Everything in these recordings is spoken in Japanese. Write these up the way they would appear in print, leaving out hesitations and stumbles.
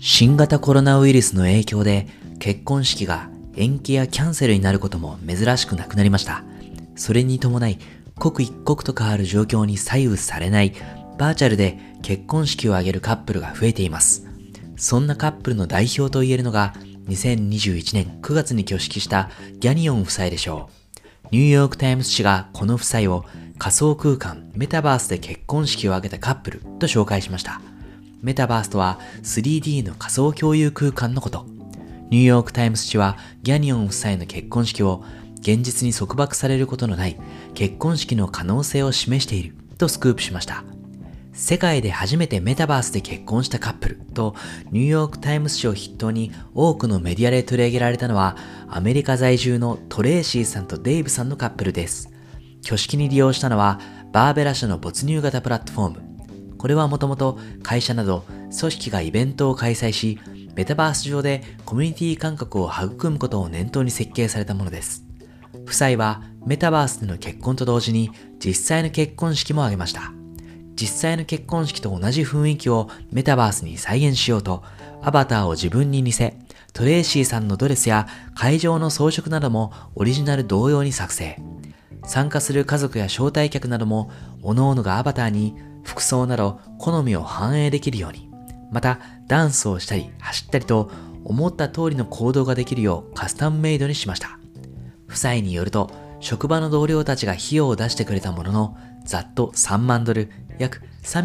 新型コロナウイルスの影響で結婚式が延期やキャンセルになることも珍しくなくなりました。それに伴い、刻一刻と変わる状況に左右されないバーチャルで結婚式を挙げるカップルが増えています。そんなカップルの代表と言えるのが2021年9月に挙式したギャニオン夫妻でしょう。ニューヨークタイムズ紙がこの夫妻を仮想空間メタバースで結婚式を挙げたカップルと紹介しました。メタバースとは 3D の仮想共有空間のこと。ニューヨークタイムズ紙はギャニオン夫妻の結婚式を現実に束縛されることのない結婚式の可能性を示しているとスクープしました。世界で初めてメタバースで結婚したカップルとニューヨークタイムズ紙を筆頭に多くのメディアで取り上げられたのはアメリカ在住のトレイシーさんとデイブさんのカップルです。挙式に利用したのはバーベラ社の没入型プラットフォーム。これはもともと会社など組織がイベントを開催し、メタバース上でコミュニティ感覚を育むことを念頭に設計されたものです。夫妻はメタバースでの結婚と同時に実際の結婚式も挙げました。実際の結婚式と同じ雰囲気をメタバースに再現しようと、アバターを自分に似せ、トレイシーさんのドレスや会場の装飾などもオリジナル同様に作成。参加する家族や招待客なども各々がアバターに服装など好みを反映できるように、またダンスをしたり走ったりと思った通りの行動ができるようカスタムメイドにしました。夫妻によると、職場の同僚たちが費用を出してくれたものの、ざっと3万ドル、約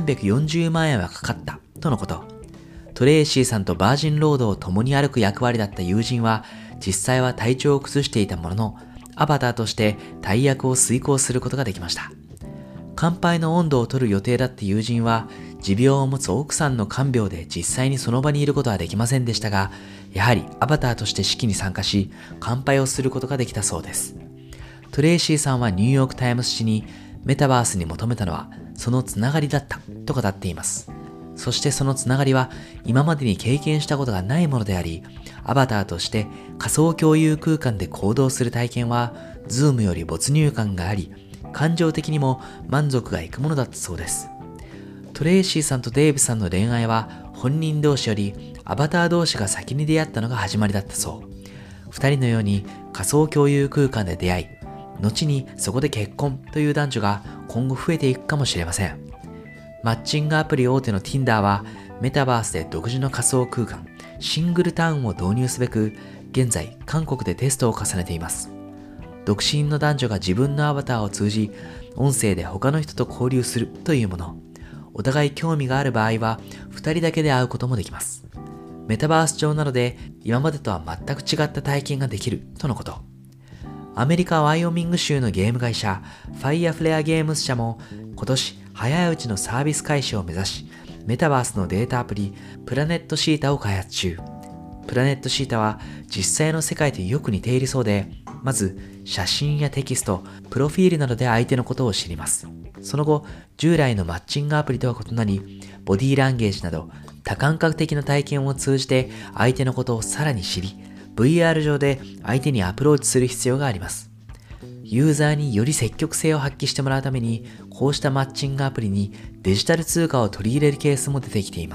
340万円はかかったとのこと。トレイシーさんとバージンロードを共に歩く役割だった友人は、実際は体調を崩していたものの、アバターとして大役を遂行することができました。乾杯の温度を取る予定だった友人は、持病を持つ奥さんの看病で実際にその場にいることはできませんでしたが、やはりアバターとして式に参加し、乾杯をすることができたそうです。トレイシーさんはニューヨークタイムズ紙に、メタバースに求めたのはそのつながりだったと語っています。そしてそのつながりは今までに経験したことがないものであり、アバターとして仮想共有空間で行動する体験は、ズームより没入感があり、感情的にも満足がいくものだったそうです。トレイシーさんとデイブさんの恋愛は本人同士よりアバター同士が先に出会ったのが始まりだったそう。二人のように仮想共有空間で出会い、後にそこで結婚という男女が今後増えていくかもしれません。マッチングアプリ大手の Tinder はメタバースで独自の仮想空間、シングルタウンを導入すべく、現在韓国でテストを重ねています。独身の男女が自分のアバターを通じ、音声で他の人と交流するというもの。お互い興味がある場合は、2人だけで会うこともできます。メタバース上なので、今までとは全く違った体験ができるとのこと。アメリカ・ワイオミング州のゲーム会社、ファイアフレアゲームズ社も、今年早いうちのサービス開始を目指し、メタバースのデータアプリ、プラネットシータを開発中。プラネットシータは実際の世界とよく似ているそうで、まず写真やテキスト、プロフィールなどで相手のことを知ります。その後、従来のマッチングアプリとは異なり、ボディーランゲージなど多感覚的な体験を通じて相手のことをさらに知り、VR 上で相手にアプローチする必要があります。ユーザーにより積極性を発揮してもらうために、こうしたマッチングアプリにデジタル通貨を取り入れるケースも出てきています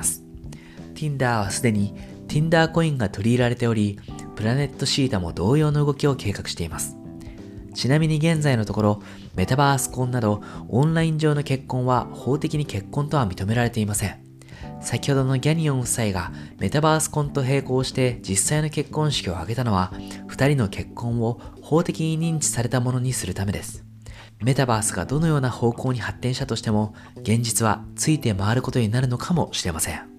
。Tinder はすでに Tinder コインが取り入れられており、プラネットシータも同様の動きを計画しています。ちなみに現在のところ、メタバース婚などオンライン上の結婚は法的に結婚とは認められていません。先ほどのギャニオン夫妻がメタバース婚と並行して実際の結婚式を挙げたのは、2人の結婚を法的に認知されたものにするためです。メタバースがどのような方向に発展したとしても、現実はついて回ることになるのかもしれません。